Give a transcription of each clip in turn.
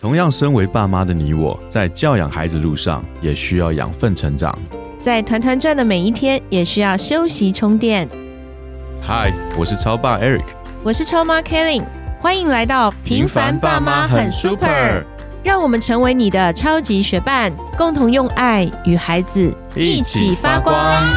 同样身为爸妈的你我，在教养孩子路上也需要养分成长。 在团团转的每一天，也需要休息充电。 嗨，我是超爸 Eric， 我是超妈 Kelly， 欢迎来到平凡爸妈很 super， 让我们成为你的超级学伴，共同用爱与孩子一起发光。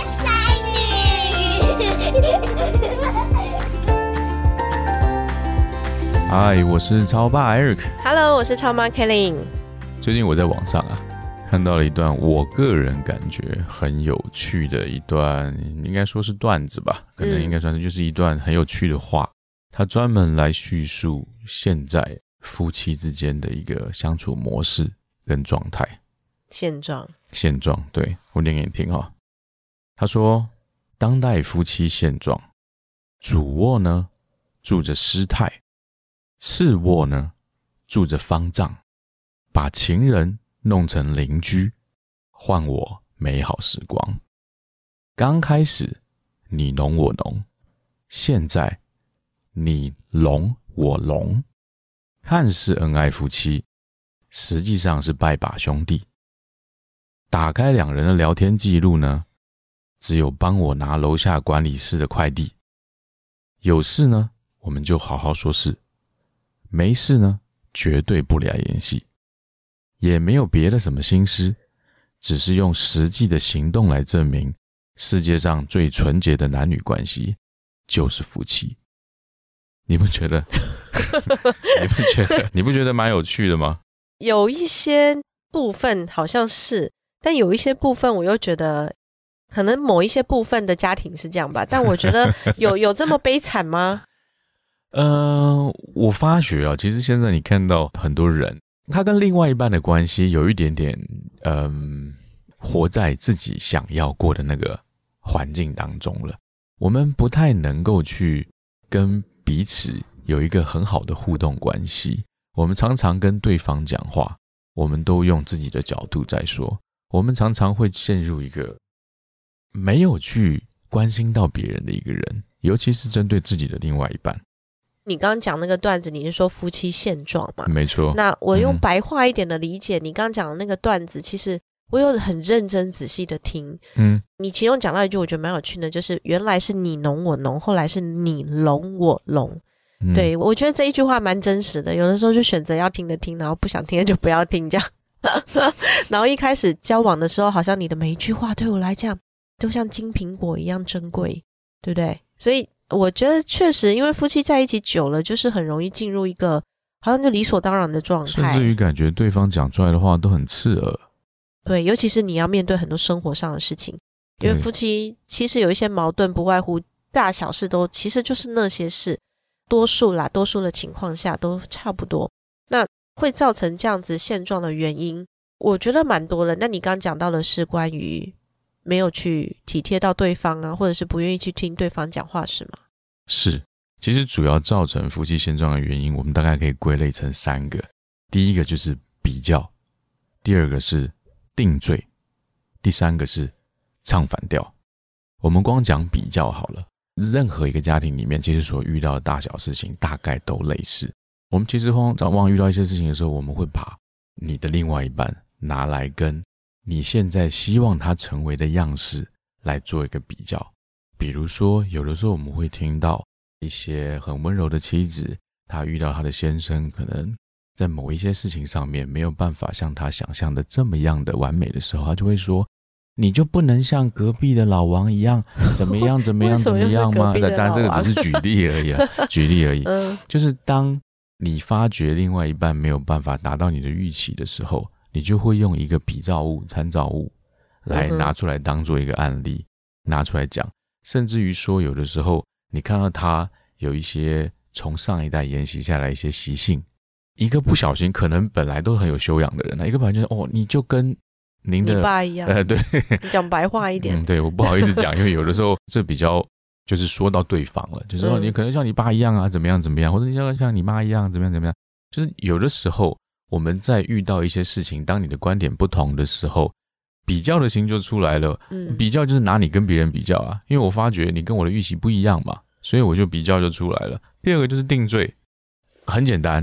嗨，我是超爸 Eric。Hello， 我是超妈 Kelly。 最近我在网上看到了一段我个人感觉很有趣的一段，应该说是段子吧，可能应该算是就是一段很有趣的话。它专门来叙述现在夫妻之间的一个相处模式跟状态。 现状， 对，我念给你听哈。他说，当代夫妻现状，主卧呢住着师太，次卧呢住着方丈，把情人弄成邻居，换我美好时光。刚开始你侬我侬，现在你聋我聋，看似恩爱夫妻，实际上是拜把兄弟。打开两人的聊天记录呢，只有帮我拿楼下管理室的快递。有事呢，我们就好好说事，没事呢，绝对不聊演戏，也没有别的什么心思，只是用实际的行动来证明世界上最纯洁的男女关系就是夫妻。你不觉得你不觉得蛮有趣的吗？ 有一些部分好像是，但有一些部分我又觉得可能某一些部分的家庭是这样吧，但我觉得有这么悲惨吗？ 我发觉其实现在你看到很多人他跟另外一半的关系有一点点活在自己想要过的那个环境当中了。我们不太能够去跟彼此有一个很好的互动关系。我们常常跟对方讲话，我们都用自己的角度在说，我们常常会陷入一个没有去关心到别人的一个人，尤其是针对自己的另外一半。 你刚刚讲那个段子，你是说夫妻现状嘛？ 没错。 那我用白话一点的理解，你刚刚讲的那个段子，其实我有很认真仔细的听。你其中讲到一句我觉得蛮有趣的，就是原来是你侬我侬，后来是你聋我聋。对，我觉得这一句话蛮真实的。有的时候就选择要听的听，然后不想听的就不要听这样。然后一开始交往的时候，好像你的每一句话对我来讲都像金苹果一样珍贵，对不对？所以我觉得确实，因为夫妻在一起久了，就是很容易进入一个好像就理所当然的状态， 甚至于感觉对方讲出来的话都很刺耳。 对，尤其是你要面对很多生活上的事情，因为夫妻其实有一些矛盾，不外乎大小事都其实就是那些事，多数的情况下都差不多。那会造成这样子现状的原因，我觉得蛮多的。那你刚刚讲到的是关于没有去体贴到对方啊，或者是不愿意去听对方讲话是吗？ 是，其实主要造成夫妻现状的原因，我们大概可以归类成3个。第一个就是比较，第二个是定罪，第3个是唱反调。我们光讲比较好了，任何一个家庭里面其实所遇到的大小事情大概都类似。我们其实往往遇到一些事情的时候，我们会把你的另外一半拿来跟你现在希望他成为的样式来做一个比较。比如说有的时候我们会听到一些很温柔的妻子，她遇到她的先生可能在某一些事情上面没有办法像她想象的这么样的完美的时候，她就会说，你就不能像隔壁的老王一样怎么样吗？当然这个只是举例而已就是当你发觉另外一半没有办法达到你的预期的时候，你就会用一个比照物参照物来拿出来当做一个案例拿出来讲。甚至于说有的时候你看到他有一些从上一代沿袭下来一些习性，一个不小心可能本来都很有修养的人，一个本来就是你就跟你爸一样， 对， 你讲白话一点。 对，我不好意思讲，因为有的时候这比较就是说到对方了，就是说你可能像你爸一样啊，怎么样，或者你像你妈一样怎么样，就是有的时候我们在遇到一些事情，当你的观点不同的时候，比较的心就出来了。比较就是拿你跟别人比较啊，因为我发觉你跟我的预期不一样嘛，所以我就比较就出来了。第二个就是定罪，很简单，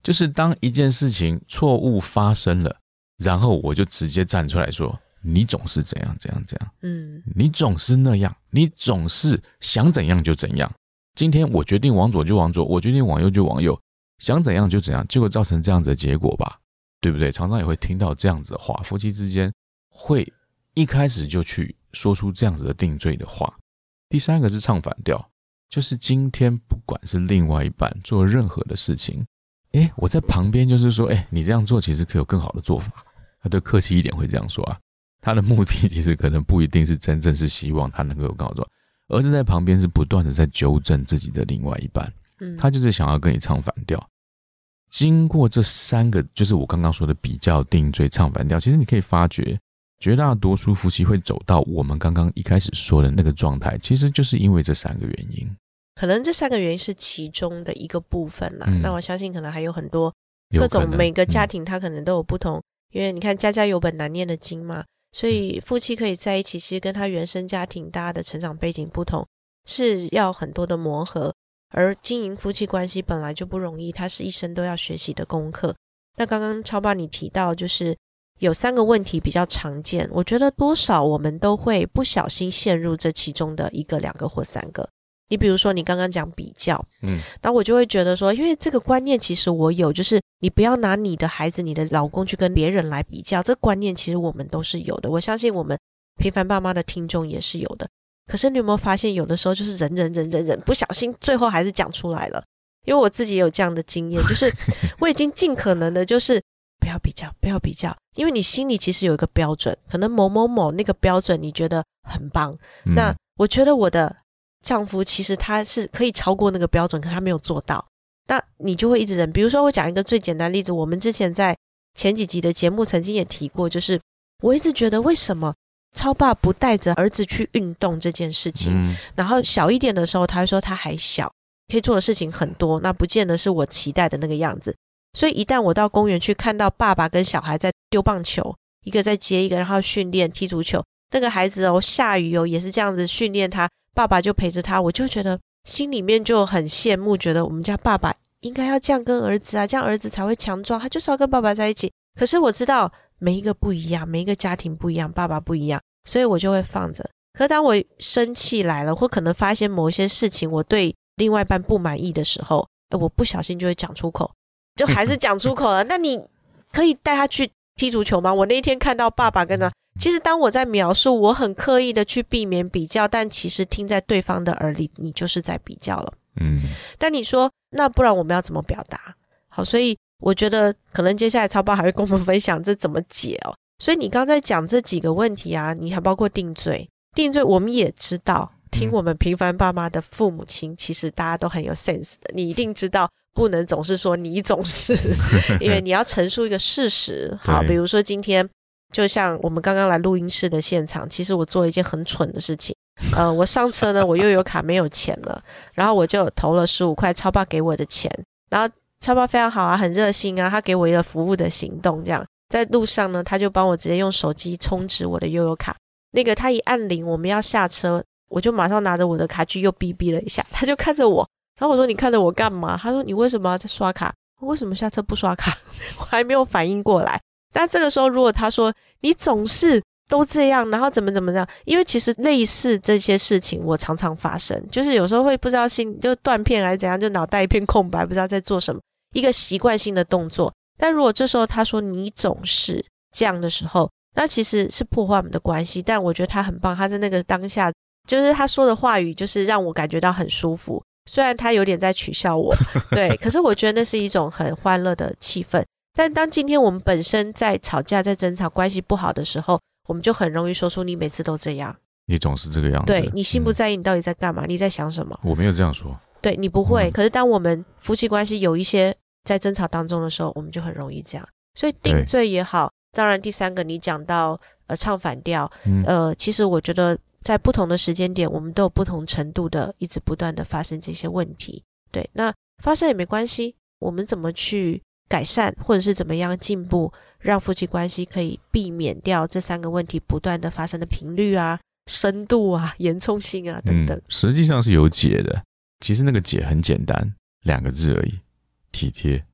就是当一件事情错误发生了，然后我就直接站出来说，你总是怎样怎样怎样，你总是那样，你总是想怎样就怎样，今天我决定往左就往左，我决定往右就往右，想怎样就怎样，结果造成这样子的结果吧，对不对？常常也会听到这样子的话，夫妻之间会一开始就去说出这样子的定罪的话。第三个是唱反调，就是今天不管是另外一半做任何的事情，我在旁边就是说，你这样做其实可以有更好的做法，他对客气一点会这样说啊，他的目的其实可能不一定是真正是希望他能够有更好的做法，而是在旁边是不断的在纠正自己的另外一半，他就是想要跟你唱反调。经过这三个，就是我刚刚说的比较、定罪、唱反调，其实你可以发觉绝大多数夫妻会走到我们刚刚一开始说的那个状态，其实就是因为这三个原因。 可能这三个原因是其中的一个部分啦，那我相信可能还有很多各种，每个家庭它可能都有不同，因为你看家家有本难念的经嘛，所以夫妻可以在一起，其实跟他原生家庭大家的成长背景不同，是要很多的磨合，而经营夫妻关系本来就不容易，它是一生都要学习的功课。那刚刚超爸你提到就是有三个问题比较常见，我觉得多少我们都会不小心陷入这其中的一个、两个或三个。你比如说你刚刚讲比较，那我就会觉得说，因为这个观念其实我有，就是你不要拿你的孩子、你的老公去跟别人来比较，这个观念其实我们都是有的，我相信我们平凡爸妈的听众也是有的。可是你有没有发现有的时候就是忍，不小心最后还是讲出来了。因为我自己也有这样的经验，就是我已经尽可能的就是不要比较，因为你心里其实有一个标准，可能某某某那个标准你觉得很棒，那我觉得我的丈夫其实他是可以超过那个标准，可他没有做到，那你就会一直忍。比如说我讲一个最简单的例子，我们之前在前几集的节目曾经也提过，就是我一直觉得为什么超爸不带着儿子去运动这件事情，然后小一点的时候他会说他还小，可以做的事情很多，那不见得是我期待的那个样子，所以一旦我到公园去看到爸爸跟小孩在丢棒球，一个在接一个，然后训练踢足球，那个孩子下雨也是这样子训练他，爸爸就陪着他，我就觉得心里面就很羡慕，觉得我们家爸爸应该要这样跟儿子啊，这样儿子才会强壮，他就是要跟爸爸在一起。可是我知道每一个不一样，每一个家庭不一样，爸爸不一样，所以我就会放着。可是当我生气来了，或可能发现某一些事情我对另外一半不满意的时候，我不小心就会讲出口，就还是讲出口了。那你可以带他去踢足球吗？我那一天看到爸爸跟他，其实当我在描述，我很刻意的去避免比较，但其实听在对方的耳里，你就是在比较了。但你说那不然我们要怎么表达？好，所以我觉得可能接下来超爸还会跟我们分享这怎么解哦。所以你刚才讲这几个问题啊，你还包括定罪我们也知道，听我们平凡爸妈的父母亲其实大家都很有 sense 的，你一定知道不能总是说你总是因为你要陈述一个事实。好，比如说今天就像我们刚刚来录音室的现场，其实我做了一件很蠢的事情，我上车呢，我悠游卡没有钱了，然后我就投了15块超爸给我的钱，然后超爸非常好啊，很热心啊，他给我一个服务的行动，这样在路上呢，他就帮我直接用手机充值我的悠游卡，那个他一按铃我们要下车，我就马上拿着我的卡去又哔哔了一下，他就看着我，然后我说你看着我干嘛？他说你为什么要在刷卡？为什么下车不刷卡？我还没有反应过来。但这个时候如果他说你总是都这样，然后怎么样，因为其实类似这些事情我常常发生，就是有时候会不知道就断片还是怎样，就脑袋一片空白，不知道在做什么，一个习惯性的动作。但如果这时候他说你总是这样的时候，那其实是破坏我们的关系，但我觉得他很棒，他在那个当下就是他说的话语就是让我感觉到很舒服，虽然他有点在取笑我对，可是我觉得那是一种很欢乐的气氛。但当今天我们本身在吵架在争吵关系不好的时候，我们就很容易说出你每次都这样， 你总是这个样子， 对，你心不在意你到底在干嘛，你在想什么？ 我没有这样说， 对，你不会可是当我们夫妻关系有一些在争吵当中的时候，我们就很容易这样。所以定罪也好，当然第三个你讲到唱反调，其实我觉得在不同的时间点我们都有不同程度的一直不断的发生这些问题。对，那发生也没关系，我们怎么去改善或者是怎么样进步，让夫妻关系可以避免掉这三个问题不断的发生的频率啊、深度啊、严重性啊等等。 实际上是有解的，其实那个解很简单，2个字而已，体贴。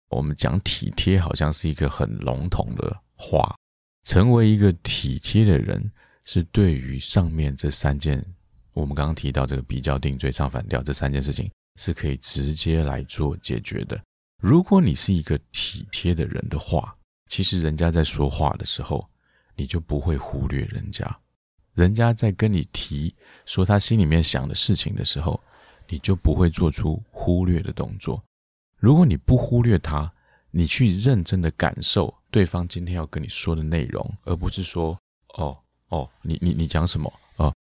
我们讲体贴好像是一个很笼统的话，成为一个体贴的人是对于上面这3件，我们刚刚提到这个比较、定罪、唱反调这3件事情是可以直接来做解决的。如果你是一个体贴的人的话，其实人家在说话的时候你就不会忽略人家，人家在跟你提说他心里面想的事情的时候，你就不会做出忽略的动作。如果你不忽略他，你去认真的感受对方今天要跟你说的内容，而不是说你讲什么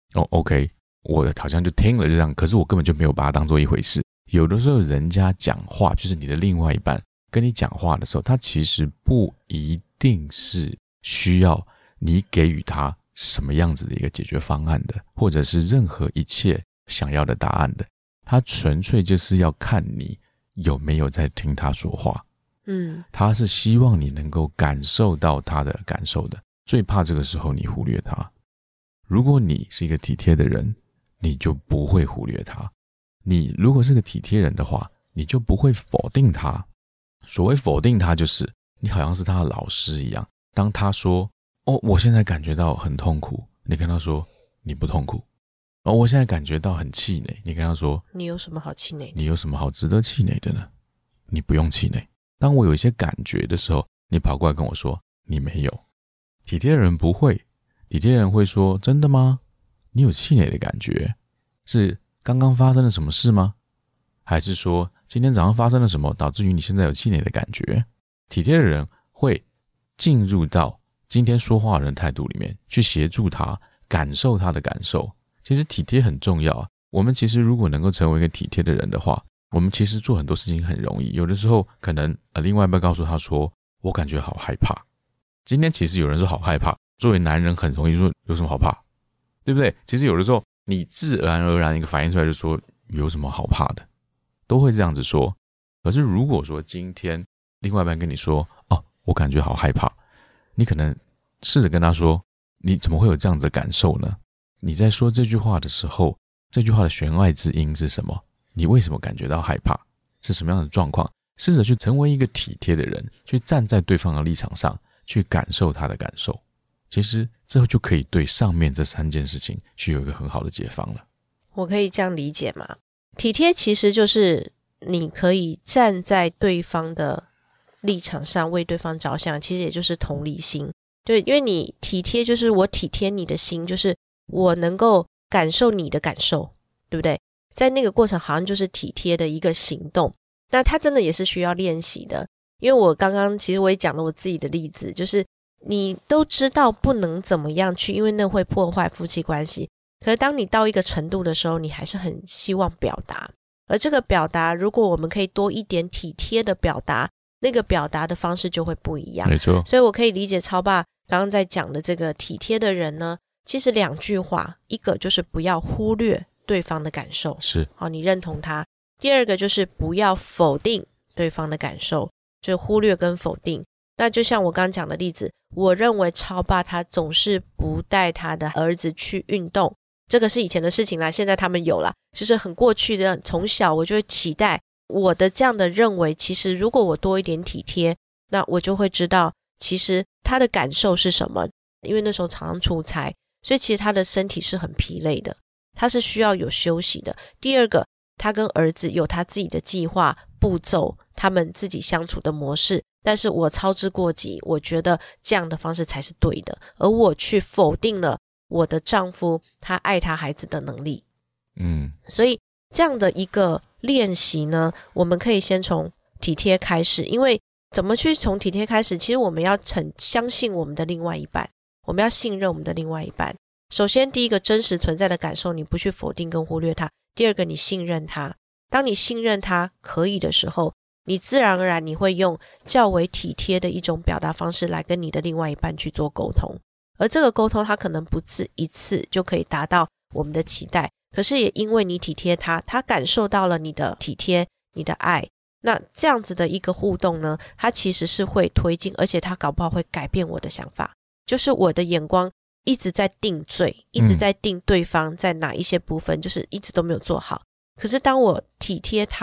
OK， 我好像就听了就这样，可是我根本就没有把它当做一回事。有的时候人家讲话，就是你的另外一半跟你讲话的时候，他其实不一定是需要你给予他什么样子的一个解决方案的，或者是任何一切想要的答案的，他纯粹就是要看你有没有在听他说话。他是希望你能够感受到他的感受的，最怕这个时候你忽略他。如果你是一个体贴的人，你就不会忽略他。你如果是个体贴人的话，你就不会否定他。所谓否定他，就是你好像是他的老师一样，当他说我现在感觉到很痛苦，你跟他说你不痛苦。我现在感觉到很气馁，你跟他说你有什么好气馁的？ 你有什么好值得气馁的呢？你不用气馁。当我有一些感觉的时候，你跑过来跟我说你没有。体贴的人不会，体贴的人会说真的吗？你有气馁的感觉，是刚刚发生了什么事吗？还是说今天早上发生了什么导致于你现在有气馁的感觉？体贴的人会进入到今天说话的人态度里面，去协助他感受他的感受。其实体贴很重要啊，我们其实如果能够成为一个体贴的人的话，我们其实做很多事情很容易。有的时候可能另外一半告诉他说我感觉好害怕，今天其实有人说好害怕，作为男人很容易说有什么好怕，对不对？其实有的时候你自然而然一个反应出来就说有什么好怕的，都会这样子说。可是如果说今天另外一半跟你说我感觉好害怕，你可能试着跟他说你怎么会有这样子的感受呢？你在说这句话的时候，这句话的弦外之音是什么？你为什么感觉到害怕？是什么样的状况？试着去成为一个体贴的人，去站在对方的立场上，去感受他的感受。其实这就可以对上面这3件事情去有一个很好的解放了。 我可以这样理解吗？体贴其实就是你可以站在对方的立场上为对方着想，其实也就是同理心。对，因为你体贴就是我体贴你的心，就是我能够感受你的感受，对不对？在那个过程好像就是体贴的一个行动，那它真的也是需要练习的。因为我刚刚其实我也讲了我自己的例子，就是你都知道不能怎么样去，因为那会破坏夫妻关系，可是当你到一个程度的时候，你还是很希望表达，而这个表达如果我们可以多一点体贴的表达，那个表达的方式就会不一样。 没错， 所以我可以理解超爸刚刚在讲的这个体贴的人呢，其实2句话，一个就是不要忽略对方的感受， 是你认同他。第二个就是不要否定对方的感受，就是忽略跟否定。那就像我刚刚讲的例子，我认为超爸他总是不带他的儿子去运动，这个是以前的事情啦，现在他们有啦，就是很过去的，从小我就会期待我的这样的认为，其实如果我多一点体贴，那我就会知道其实他的感受是什么。因为那时候常常出差，所以其实他的身体是很疲累的，他是需要有休息的。第二个，他跟儿子有他自己的计划步骤，他们自己相处的模式，但是我操之过急，我觉得这样的方式才是对的，而我去否定了我的丈夫他爱他孩子的能力。所以这样的一个练习呢，我们可以先从体贴开始。因为怎么去从体贴开始，其实我们要很相信我们的另外一半，我们要信任我们的另外一半。首先第一个，真实存在的感受你不去否定跟忽略它。第二个，你信任他。当你信任他可以的时候，你自然而然你会用较为体贴的一种表达方式来跟你的另外一半去做沟通。而这个沟通它可能不是一次就可以达到我们的期待，可是也因为你体贴他，他感受到了你的体贴，你的爱，那这样子的一个互动呢，它其实是会推进，而且它搞不好会改变我的想法。就是我的眼光一直在定罪，一直在定对方在哪一些部分就是一直都没有做好，可是当我体贴他，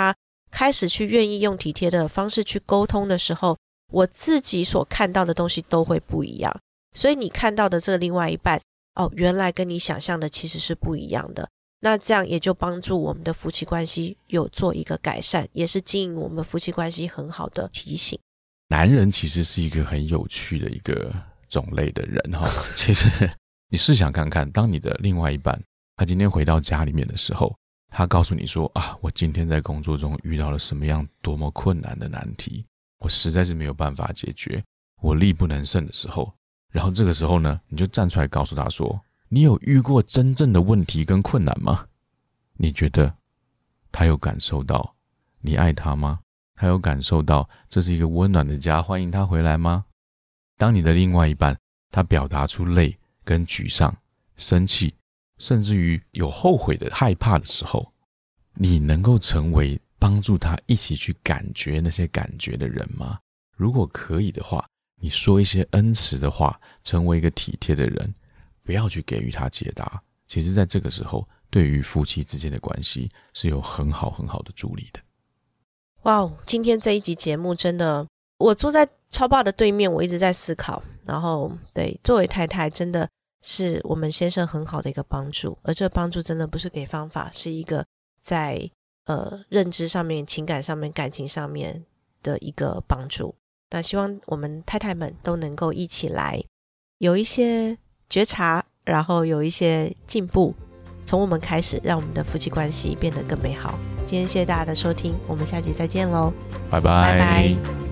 开始去愿意用体贴的方式去沟通的时候，我自己所看到的东西都会不一样。所以你看到的这个另外一半，原来跟你想象的其实是不一样的。那这样也就帮助我们的夫妻关系有做一个改善，也是经营我们夫妻关系很好的提醒。 男人其实是一个很有趣的一个种类的人其实你试想看看，当你的另外一半他今天回到家里面的时候，他告诉你说我今天在工作中遇到了什么样多么困难的难题，我实在是没有办法解决，我力不能胜的时候，然后这个时候呢，你就站出来告诉他说，你有遇过真正的问题跟困难吗？你觉得他有感受到你爱他吗？他有感受到这是一个温暖的家，欢迎他回来吗？当你的另外一半他表达出累跟沮丧、生气，甚至于有后悔的害怕的时候，你能够成为帮助他一起去感觉那些感觉的人吗？如果可以的话，你说一些恩慈的话，成为一个体贴的人，不要去给予他解答。其实在这个时候，对于夫妻之间的关系是有很好很好的助力的。 哇，今天这一集节目真的，我坐在超爸的对面，我一直在思考，然后对，作为太太真的是我们先生很好的一个帮助，而这个帮助真的不是给方法，是一个在认知上面、情感上面、感情上面的一个帮助。那希望我们太太们都能够一起来有一些觉察，然后有一些进步，从我们开始，让我们的夫妻关系变得更美好。今天谢谢大家的收听，我们下集再见咯， 拜拜。 拜拜。